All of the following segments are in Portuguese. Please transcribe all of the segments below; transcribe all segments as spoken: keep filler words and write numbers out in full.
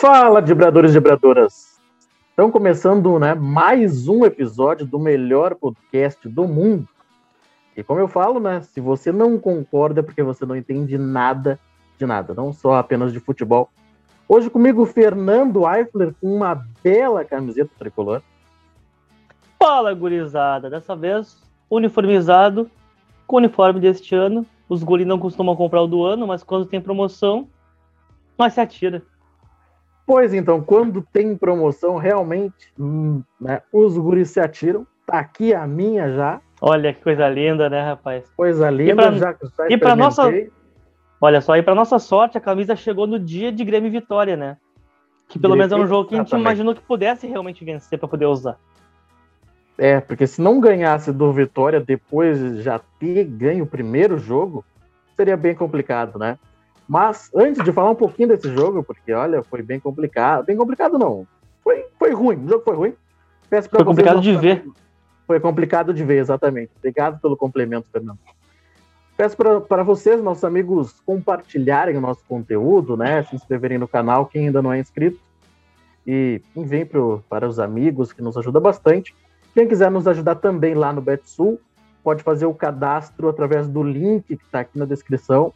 Fala, vibradores e vibradoras! Estão começando, né, mais um episódio do melhor podcast do mundo. E como eu falo, né, se você não concorda é porque você não entende nada de nada, não só apenas de futebol. Hoje comigo, Fernando Eifler, com uma bela camiseta tricolor. Fala, gurizada! Dessa vez, uniformizado, com o uniforme deste ano. Os guri não costumam comprar o do ano, mas quando tem promoção, nós se atira. Pois então, quando tem promoção, realmente, hum, né, os guris se atiram. Tá aqui a minha já. Olha que coisa linda, né, rapaz? Coisa linda, e pra, já, já e pra nossa, experimentei. Olha só, e pra nossa sorte, a camisa chegou no dia de Grêmio e Vitória, né? Que pelo menos é um jogo que a gente Exatamente. imaginou que pudesse realmente vencer pra poder usar. É, porque se não ganhasse do Vitória depois de já ter ganho o primeiro jogo, seria bem complicado, né? Mas antes de falar um pouquinho desse jogo, porque olha, foi bem complicado. Bem complicado não. Foi, foi ruim, o jogo foi ruim. Peço pra Foi vocês, complicado de nossos ver. amigos. Foi complicado de ver, exatamente. Obrigado pelo complemento, Fernando. Peço para vocês, nossos amigos, compartilharem o nosso conteúdo, né? Se inscreverem no canal, quem ainda não é inscrito. E enviem pro, para os amigos, que nos ajuda bastante. Quem quiser nos ajudar também lá no BetSul, pode fazer o cadastro através do link que está aqui na descrição.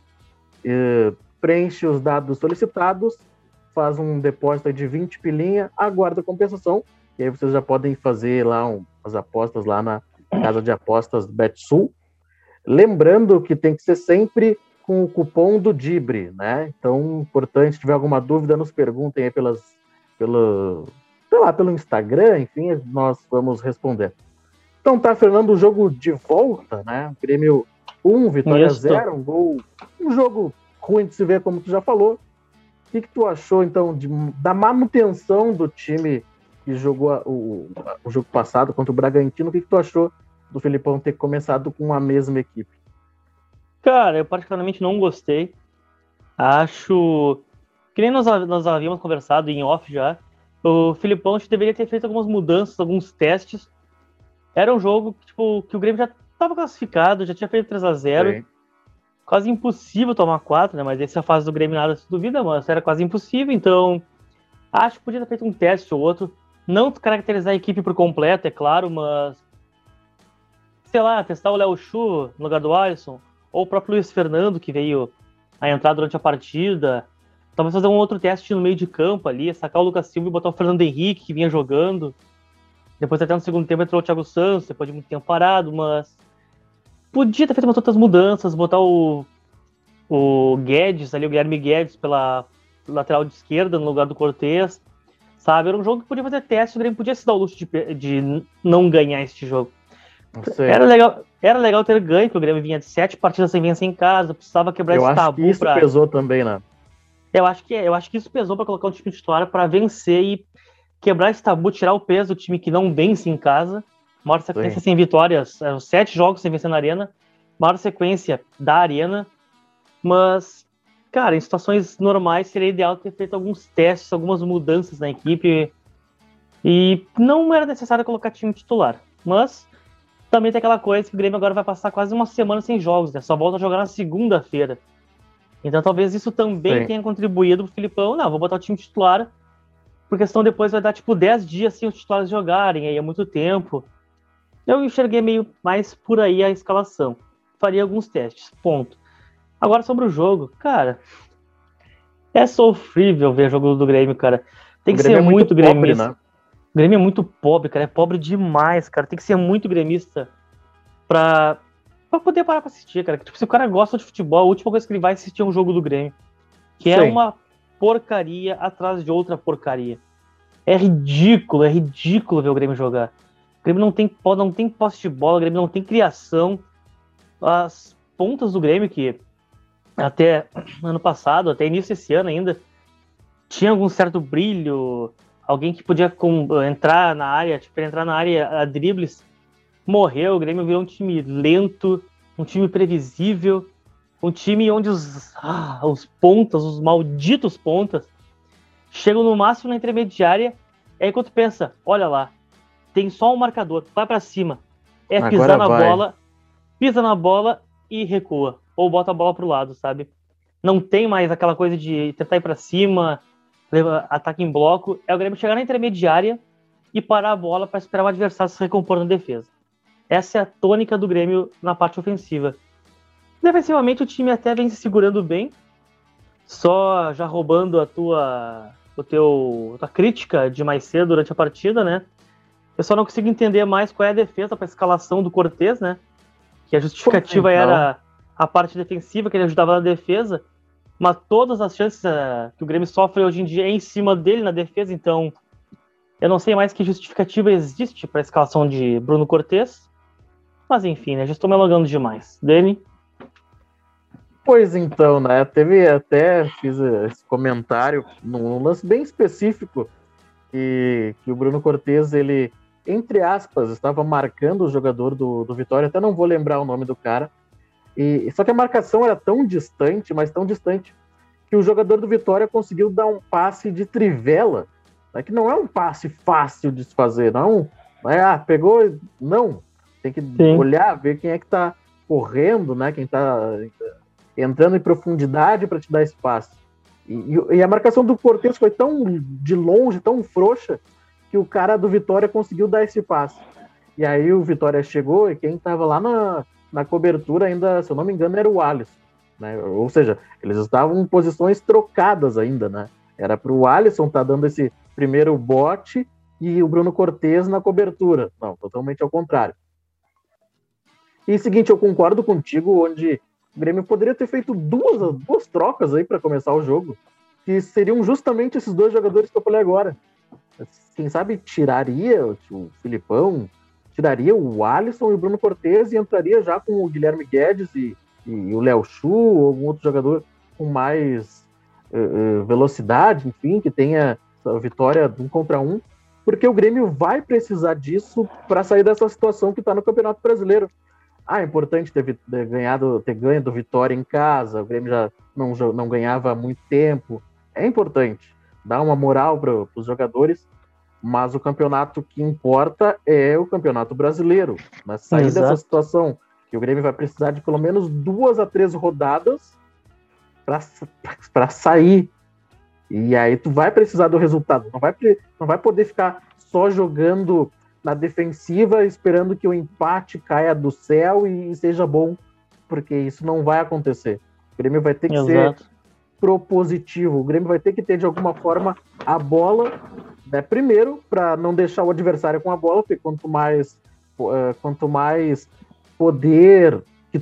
E preenche os dados solicitados, faz um depósito de vinte pilinha, aguarda a compensação, e aí vocês já podem fazer lá um, as apostas lá na casa de apostas do BetSul. Lembrando que tem que ser sempre com o cupom do Dibre, né? Então, importante, se tiver alguma dúvida, nos perguntem aí pelas, pelo, sei lá, pelo Instagram, enfim, nós vamos responder. Então tá, Fernando, o jogo de volta, né? Grêmio um, Vitória zero, um gol, um jogo ruim de se ver, como tu já falou. O que, que tu achou, então, de, da manutenção do time que jogou a, o, o jogo passado contra o Bragantino? O que, que tu achou do Felipão ter começado com a mesma equipe? Cara, eu particularmente não gostei. Acho que nem nós, nós havíamos conversado em off já. O Felipão deveria ter feito algumas mudanças, alguns testes. Era um jogo que, tipo, que o Grêmio já estava classificado, já tinha feito três a zero. Sim. Quase impossível tomar quatro, né? Mas essa fase do Grêmio nada se duvida, mas era quase impossível. Então, acho que podia ter feito um teste ou outro. Não caracterizar a equipe por completo, é claro, mas sei lá, testar o Léo Chu no lugar do Alisson, ou o próprio Luiz Fernando, que veio a entrar durante a partida. Talvez fazer um outro teste no meio de campo ali, sacar o Lucas Silva e botar o Fernando Henrique, que vinha jogando. Depois, até no segundo tempo, entrou o Thiago Santos, depois de muito tempo parado, mas podia ter feito umas outras mudanças, botar o, o Guedes, ali, o Guilherme Guedes, pela lateral de esquerda, no lugar do Cortez, sabe? Era um jogo que podia fazer teste, o Grêmio podia se dar o luxo de, de não ganhar este jogo. Era legal, era legal ter ganho, porque o Grêmio vinha de sete partidas sem vencer em casa, precisava quebrar eu esse acho tabu. Que isso pra... pesou também, né? Eu acho que, eu acho que isso pesou para colocar o time titular para vencer e quebrar esse tabu, tirar o peso do time que não vence em casa. Maior sequência Sim. sem vitórias, sete jogos sem vencer na Arena, maior sequência da Arena. Mas, cara, em situações normais seria ideal ter feito alguns testes, algumas mudanças na equipe. E não era necessário colocar time titular. Mas também tem aquela coisa que o Grêmio agora vai passar quase uma semana sem jogos, né? Só volta a jogar na segunda-feira. Então talvez isso também Sim. tenha contribuído pro Filipão. Não, vou botar o time titular, porque senão depois vai dar tipo dez dias sem os titulares jogarem, aí é muito tempo. Eu enxerguei meio mais por aí a escalação. Faria alguns testes, ponto. Agora sobre o jogo, cara, é sofrível ver o jogo do Grêmio, cara. Tem que ser é muito, muito pobre, gremista. Né? O Grêmio é muito pobre, cara. É pobre demais, cara. Tem que ser muito gremista pra, pra poder parar pra assistir, cara. Tipo, se o cara gosta de futebol, a última coisa que ele vai assistir é um jogo do Grêmio. Que Sim. é uma porcaria atrás de outra porcaria. É ridículo, é ridículo ver o Grêmio jogar. O Grêmio não tem, não tem posse de bola, o Grêmio não tem criação. As pontas do Grêmio, que até ano passado, até início desse ano ainda, tinha algum certo brilho, alguém que podia com, entrar na área, tipo, entrar na área a dribles, morreu. O Grêmio virou um time lento, um time previsível, um time onde os, ah, os pontas, os malditos pontas, chegam no máximo na intermediária, e aí quando tu pensa, olha lá, tem só um marcador, vai pra cima, é Agora pisar na vai. bola, pisa na bola e recua, ou bota a bola pro lado, sabe? Não tem mais aquela coisa de tentar ir pra cima, ataque em bloco, é o Grêmio chegar na intermediária e parar a bola para esperar o adversário se recompor na defesa. Essa é a tônica do Grêmio na parte ofensiva. Defensivamente o time até vem se segurando bem, só já roubando a tua, o teu, a tua crítica de mais cedo durante a partida, né? Eu só não consigo entender mais qual é a defesa para a escalação do Cortez, né? Que a justificativa então. era a parte defensiva, que ele ajudava na defesa, mas todas as chances uh, que o Grêmio sofre hoje em dia é em cima dele na defesa, então eu não sei mais que justificativa existe para a escalação de Bruno Cortez, mas enfim, né? Já estou me alongando demais. Dani? Pois então, né? Teve até, fiz esse comentário num lance bem específico que, que o Bruno Cortez, ele, entre aspas, estava marcando o jogador do, do Vitória, até não vou lembrar o nome do cara, e, só que a marcação era tão distante, mas tão distante, que o jogador do Vitória conseguiu dar um passe de trivela, né, que não é um passe fácil de se fazer, não, não é, ah, pegou, não, tem que Sim. olhar, ver quem é que tá correndo, né, quem tá entrando em profundidade para te dar espaço. E, e a marcação do Cortez foi tão de longe, tão frouxa, que o cara do Vitória conseguiu dar esse passe. E aí o Vitória chegou e quem estava lá na, na cobertura ainda, se eu não me engano, era o Alisson. Né? Ou seja, eles estavam em posições trocadas ainda, né? Era para o Alisson estar tá dando esse primeiro bote e o Bruno Cortez na cobertura. Não, totalmente ao contrário. E seguinte, eu concordo contigo, onde o Grêmio poderia ter feito duas, duas trocas aí para começar o jogo, que seriam justamente esses dois jogadores que eu falei agora. Quem sabe tiraria o Filipão, tiraria o Alisson e o Bruno Cortez e entraria já com o Guilherme Guedes e, e o Léo Chu, ou algum outro jogador com mais uh, uh, velocidade, enfim, que tenha a vitória um contra um, porque o Grêmio vai precisar disso para sair dessa situação que está no Campeonato Brasileiro. Ah, é importante ter, ter ganhado, ter ganho do Vitória em casa, o Grêmio já não, não ganhava há muito tempo. É importante dar uma moral para os jogadores, mas o campeonato que importa é o Campeonato Brasileiro. Mas sair Exato. dessa situação, que o Grêmio vai precisar de pelo menos duas a três rodadas para sair. E aí tu vai precisar do resultado. Não vai, não vai poder ficar só jogando na defensiva, esperando que o empate caia do céu e seja bom, porque isso não vai acontecer. O Grêmio vai ter que Exato. ser propositivo, o Grêmio vai ter que ter, de alguma forma, a bola, né, primeiro, para não deixar o adversário com a bola, porque quanto mais, uh, quanto mais poder, que,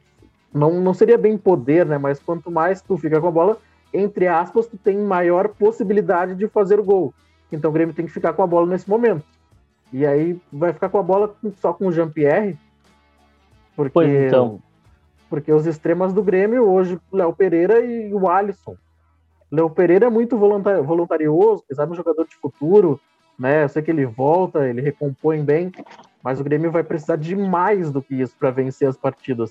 não, não seria bem poder, né, mas quanto mais tu fica com a bola, entre aspas, tu tem maior possibilidade de fazer o gol. Então o Grêmio tem que ficar com a bola nesse momento. E aí vai ficar com a bola só com o Jean-Pierre, porque, pois então. porque os extremas do Grêmio hoje, o Léo Pereira e o Alisson. Léo Pereira é muito voluntar, voluntarioso, sabe, um jogador de futuro, né? Eu sei que ele volta, ele recompõe bem, mas o Grêmio vai precisar de mais do que isso para vencer as partidas.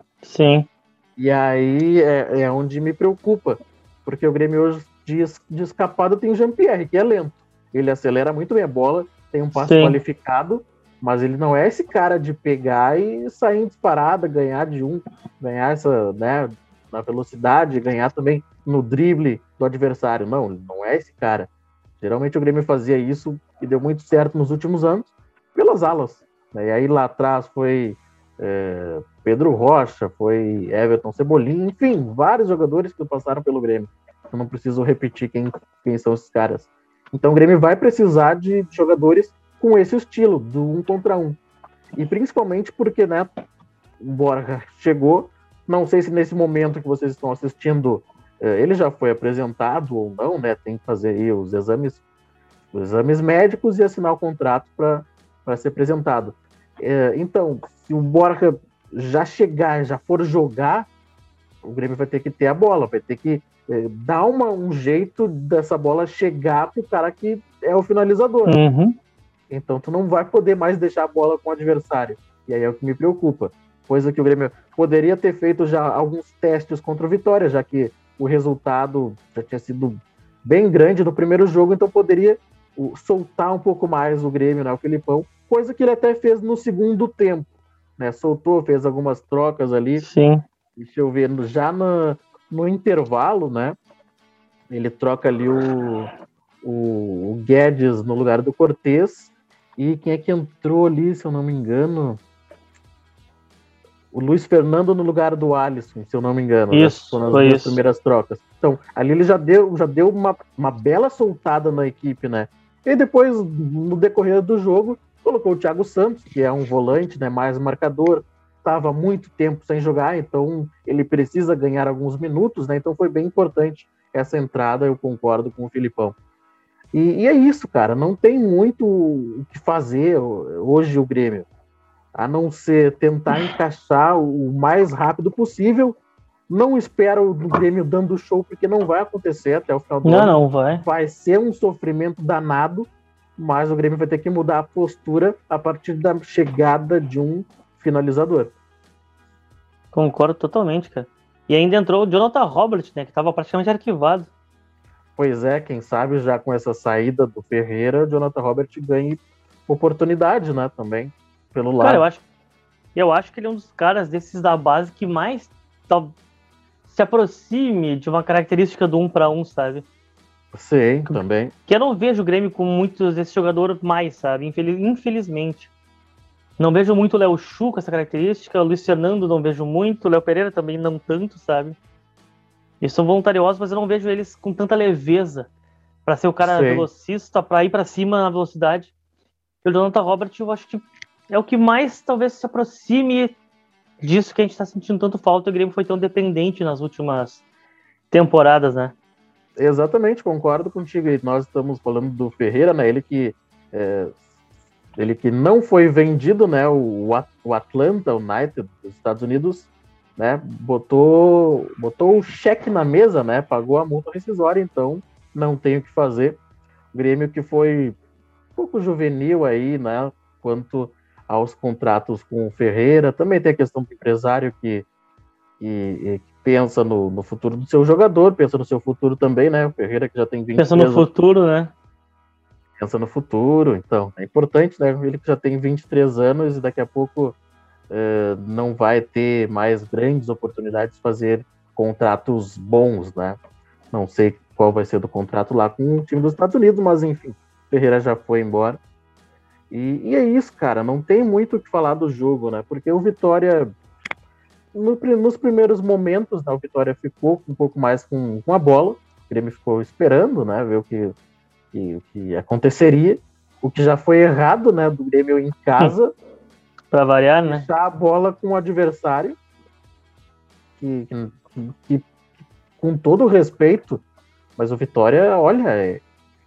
Sim. E aí é, é onde me preocupa, porque o Grêmio hoje de, de escapada tem o Jean-Pierre, que é lento. Ele acelera muito bem a bola, tem um passe Sim. qualificado, mas ele não é esse cara de pegar e sair em disparada, ganhar de um, ganhar essa, né, na velocidade, ganhar também no drible do adversário. Não, ele não é esse cara. Geralmente o Grêmio fazia isso e deu muito certo nos últimos anos pelas alas. E aí lá atrás foi é, Pedro Rocha, foi Everton Cebolinha, enfim, vários jogadores que passaram pelo Grêmio. Eu não preciso repetir quem, quem são esses caras. Então o Grêmio vai precisar de jogadores com esse estilo, do um contra um. E principalmente porque, né, o Borja chegou, não sei se nesse momento que vocês estão assistindo, ele já foi apresentado ou não, né, tem que fazer aí os exames, os exames médicos e assinar o contrato para ser apresentado. Então, se o Borja já chegar, já for jogar, o Grêmio vai ter que ter a bola, vai ter que dar uma, um jeito dessa bola chegar pro cara que é o finalizador. Uhum. Então tu não vai poder mais deixar a bola com o adversário. E aí é o que me preocupa. Coisa que o Grêmio poderia ter feito já alguns testes contra o Vitória, já que o resultado já tinha sido bem grande no primeiro jogo, então poderia soltar um pouco mais o Grêmio, né, o Filipão, coisa que ele até fez no segundo tempo. Né? Soltou, fez algumas trocas ali. Sim. Deixa eu ver, já no, no intervalo, né? Ele troca ali o, o, o Guedes no lugar do Cortez. E quem é que entrou ali, se eu não me engano? O Luiz Fernando no lugar do Alisson, se eu não me engano. Isso, foram as foi duas isso. primeiras trocas. Então, ali ele já deu, já deu uma, uma bela soltada na equipe, né? E depois, no decorrer do jogo, colocou o Thiago Santos, que é um volante, né, mais marcador, estava muito tempo sem jogar, então ele precisa ganhar alguns minutos, né? Então foi bem importante essa entrada, eu concordo com o Filipão. E, e é isso, cara, não tem muito o que fazer hoje o Grêmio, a não ser tentar encaixar o mais rápido possível. Não espero o Grêmio dando show, porque não vai acontecer até o final do Não, ano. não vai. Vai ser um sofrimento danado, mas o Grêmio vai ter que mudar a postura a partir da chegada de um finalizador. Concordo totalmente, cara. E ainda entrou o Jonathan Robert, né, que estava praticamente arquivado. Pois é, quem sabe já com essa saída do Ferreira, o Jonathan Robert ganhe oportunidade, né, também, pelo lado. Cara, eu acho, eu acho que ele é um dos caras desses da base que mais tá, se aproxime de uma característica do um para um, sabe? Sim, também. Que eu não vejo o Grêmio com muitos desses jogadores mais, sabe? Infeliz, infelizmente. Não vejo muito o Léo Chu com essa característica, o Luiz Fernando não vejo muito, o Léo Pereira também não tanto, sabe? Eles são voluntariosos, mas eu não vejo eles com tanta leveza para ser o cara Sim. velocista, para ir para cima na velocidade. E o Jonathan Robert, eu acho que é o que mais talvez se aproxime disso que a gente está sentindo tanto falta. O Grêmio foi tão dependente nas últimas temporadas, né? Exatamente, concordo contigo. E nós estamos falando do Ferreira, né? Ele que é, ele que não foi vendido, né? O, o Atlanta United dos Estados Unidos, né? Botou botou o cheque na mesa, né? Pagou a multa rescisória, então não tem o que fazer. O Grêmio que foi um pouco juvenil aí, né? Quanto aos contratos com o Ferreira, também tem a questão do empresário que, que, que pensa no, no futuro do seu jogador, pensa no seu futuro também, né? O Ferreira que já tem vinte e três Pensa no futuro, né? Pensa no futuro, então é importante, né? Ele que já tem vinte e três anos e daqui a pouco eh, não vai ter mais grandes oportunidades de fazer contratos bons, né? Não sei qual vai ser do contrato lá com o time dos Estados Unidos, mas enfim, Ferreira já foi embora. E, e é isso, cara, não tem muito o que falar do jogo, né? Porque o Vitória, no, nos primeiros momentos, né, o Vitória ficou um pouco mais com, com a bola, o Grêmio ficou esperando, né? Ver o que, que, o que aconteceria, o que já foi errado, né? Do Grêmio em casa, para variar, né? deixar a bola com o adversário, que, que, que com todo o respeito, mas o Vitória, olha, é,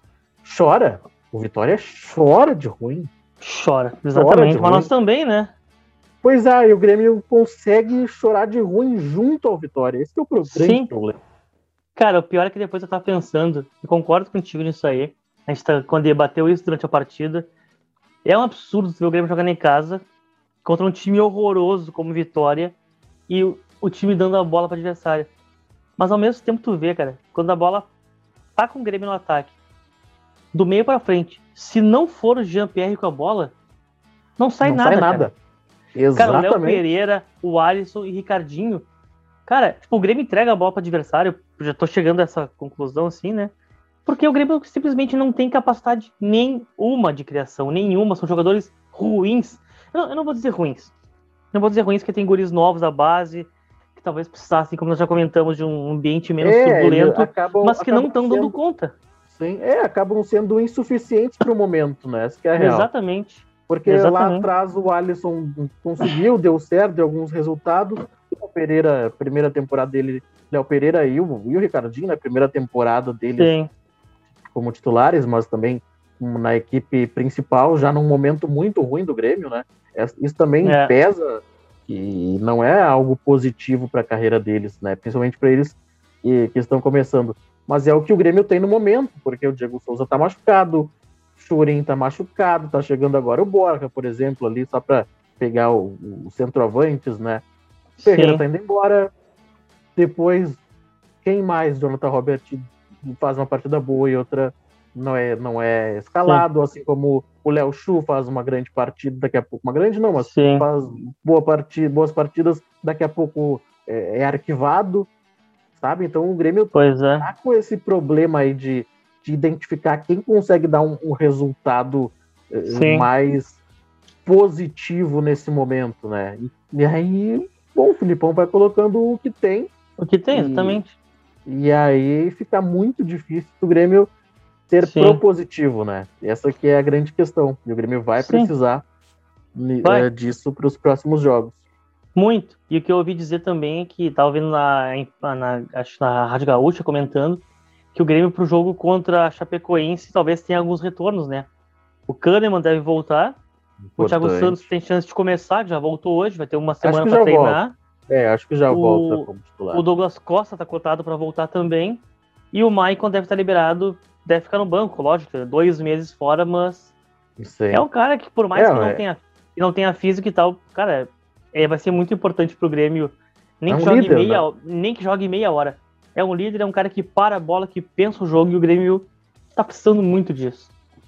chora. O Vitória chora de ruim. Chora, exatamente. Chora mas nós também, né? Pois é, e o Grêmio consegue chorar de ruim junto ao Vitória. Esse é o grande Sim. problema. Cara, o pior é que depois eu tava pensando, e concordo contigo nisso aí, a gente tá, quando debateu isso durante a partida, é um absurdo ver o Grêmio jogando em casa contra um time horroroso como Vitória e o, o time dando a bola para adversário. Mas ao mesmo tempo tu vê, cara, quando a bola tá com o Grêmio no ataque, do meio para frente, se não for o Jean-Pierre com a bola, não sai não nada, sai nada. Cara. Exatamente. Cara, o Léo Pereira, o Alisson e Ricardinho, cara, tipo, o Grêmio entrega a bola para adversário, já tô chegando a essa conclusão assim, né? Porque o Grêmio simplesmente não tem capacidade nenhuma de criação, nenhuma, são jogadores ruins. Eu não, eu não vou dizer ruins, não vou dizer ruins porque tem guris novos da base, que talvez precisassem, como nós já comentamos, de um ambiente menos é, turbulento, acabam, mas que não estão sendo... dando conta. Sim, é, acabam sendo insuficientes para o momento, né? Essa que é a real. Exatamente. Porque Exatamente. lá atrás o Alisson conseguiu, deu certo, deu alguns resultados. O Pereira, primeira temporada dele, Léo Pereira e o, e o Ricardinho, na né? primeira temporada deles Sim. como titulares, mas também na equipe principal, já num momento muito ruim do Grêmio, né? Isso também É. pesa, e não é algo positivo para a carreira deles, né? Principalmente para eles que, que estão começando. Mas é o que o Grêmio tem no momento, porque o Diego Souza tá machucado, o Churin tá machucado, tá chegando agora o Borja, por exemplo, ali, só para pegar o, o centroavantes, né? O Ferreira Sim. tá indo embora. Depois, quem mais? Jonathan Robert faz uma partida boa e outra não é, não é escalado, Sim. assim como o Léo Chu faz uma grande partida, daqui a pouco, uma grande não, mas Sim. faz boa partida, boas partidas, daqui a pouco é, é arquivado. sabe? Então o Grêmio Pois é. tá com esse problema aí de, de identificar quem consegue dar um, um resultado Sim. mais positivo nesse momento, né? E, e aí, bom, o Filipão vai colocando o que tem. O que tem, e, exatamente. E aí fica muito difícil o Grêmio ser Sim. propositivo, né? Essa que é a grande questão. E o Grêmio vai Sim. precisar Vai. uh, disso para os próximos jogos. Muito. E o que eu ouvi dizer também é que estava ouvindo na, na, acho na Rádio Gaúcha comentando que o Grêmio pro jogo contra a Chapecoense talvez tenha alguns retornos, né? O Kahneman deve voltar. Importante. O Thiago Santos tem chance de começar, já voltou hoje, vai ter uma semana para treinar. Volta. É, acho que já o, volta como titular. O Douglas Costa tá cotado para voltar também. E o Maicon deve estar liberado, deve ficar no banco, lógico, dois meses fora, mas é um cara que, por mais é, que não, é. tenha, que não tenha físico e tal, cara, é, vai ser muito importante pro Grêmio. Nem, é um que jogue líder, meia, né? nem que jogue meia hora. É um líder, é um cara que para a bola, que pensa o jogo, e o Grêmio tá precisando muito disso.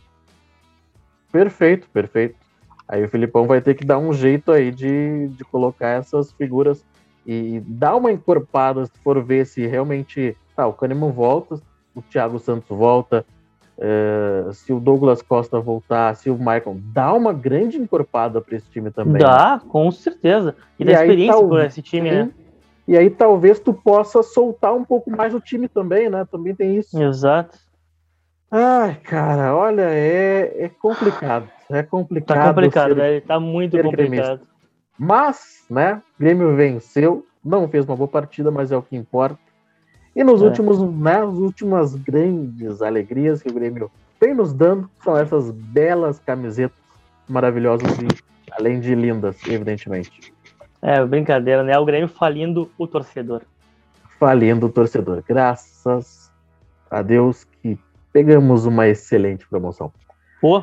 Perfeito, perfeito. Aí o Filipão vai ter que dar um jeito aí de, de colocar essas figuras e dar uma encorpada, se for ver se realmente... Tá, o Kahneman volta, o Thiago Santos volta, é, se o Douglas Costa voltar, se o Maicon... Dá uma grande encorpada para esse time também. Dá, né? Com certeza. E, e dá experiência tal... por esse time, Sim. né? E aí talvez tu possa soltar um pouco mais o time também, né? Também tem isso. Exato. Ai, cara, olha, é, é complicado. É complicado. Tá complicado, velho. Tá muito complicado. Gremista. Mas, né, o Grêmio venceu, não fez uma boa partida, mas é o que importa. E nos é. últimos, né, as últimas grandes alegrias que o Grêmio vem nos dando são essas belas camisetas maravilhosas e além de lindas, evidentemente. É, brincadeira, né? O Grêmio falindo o torcedor. Falindo o torcedor. Graças a Deus que pegamos uma excelente promoção. Pô.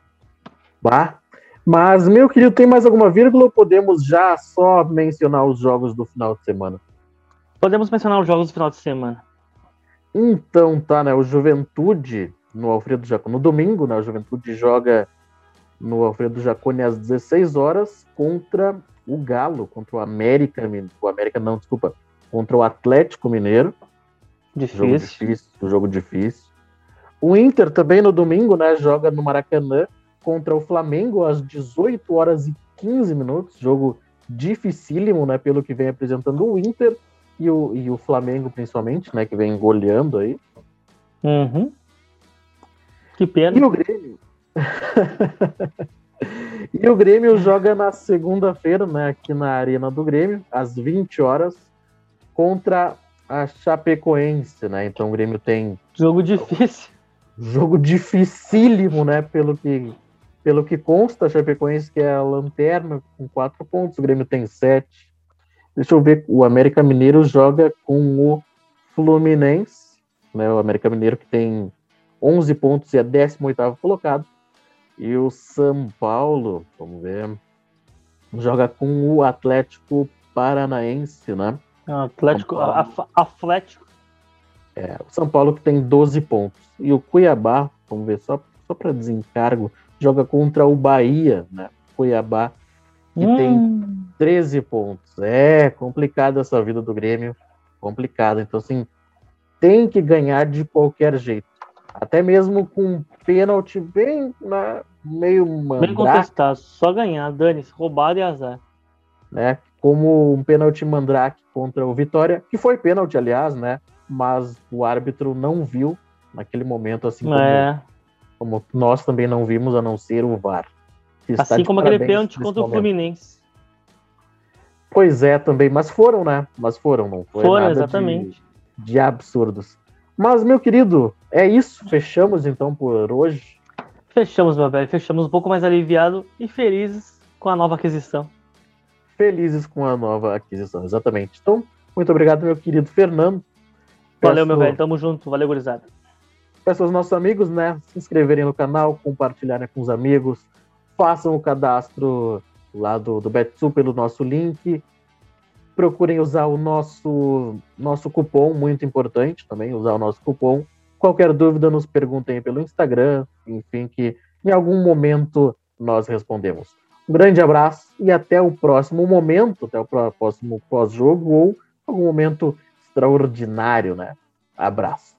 Bah. Mas, meu querido, tem mais alguma vírgula ou podemos já só mencionar os jogos do final de semana? Podemos mencionar os jogos do final de semana. Então tá, né? O Juventude no Alfredo Jaconi, no domingo, né? O Juventude joga no Alfredo Jaconi às dezesseis horas contra o Galo, contra o América, o América não, desculpa, contra o Atlético Mineiro. Difícil. Jogo difícil, jogo difícil. O Inter também no domingo, né? Joga no Maracanã contra o Flamengo às dezoito horas e quinze minutos, jogo dificílimo, né, pelo que vem apresentando o Inter e o, e o Flamengo principalmente, né, que vem goleando aí. Uhum. Que pena. E o Grêmio... e o Grêmio joga na segunda-feira, né, aqui na Arena do Grêmio, às vinte horas, contra a Chapecoense, né, então o Grêmio tem... Jogo difícil. Jogo dificílimo, né, pelo que... Pelo que consta, a Chapecoense que é a lanterna com quatro pontos, o Grêmio tem sete. Deixa eu ver, o América Mineiro joga com o Fluminense, né? O América Mineiro que tem onze pontos e é décimo oitavo colocado. E o São Paulo, vamos ver, joga com o Atlético Paranaense, né? Atlético, Atlético. É, o São Paulo que tem doze pontos. E o Cuiabá, vamos ver, só, só para desencargo, joga contra o Bahia, né? Cuiabá, que hum. tem treze pontos. É complicado essa vida do Grêmio, complicado. Então, assim, tem que ganhar de qualquer jeito. Até mesmo com um pênalti bem, né, meio mandrake. Bem contestado, só ganhar, dane-se, roubado e azar. Né? Como um pênalti mandrake contra o Vitória, que foi pênalti, aliás, né? Mas o árbitro não viu naquele momento, assim como... É. Como nós também não vimos, a não ser o V A R. Assim como aquele pênalti contra o Fluminense. Pois é, também. Mas foram, né? Mas foram, não foi foram, nada exatamente. De, de absurdos. Mas, meu querido, é isso. Fechamos, então, por hoje. Fechamos, meu velho. Fechamos um pouco mais aliviado e felizes com a nova aquisição. Felizes com a nova aquisição, exatamente. Então, muito obrigado, meu querido Fernando. Valeu, Peço... meu velho. Tamo junto. Valeu, gurizada. Peço aos nossos amigos, né, se inscreverem no canal, compartilharem com os amigos, façam o cadastro lá do, do Betsul pelo nosso link, procurem usar o nosso, nosso cupom, muito importante também, usar o nosso cupom. Qualquer dúvida, nos perguntem pelo Instagram, enfim, que em algum momento nós respondemos. Um grande abraço e até o próximo momento, até o próximo pós-jogo ou algum momento extraordinário, né? Abraço.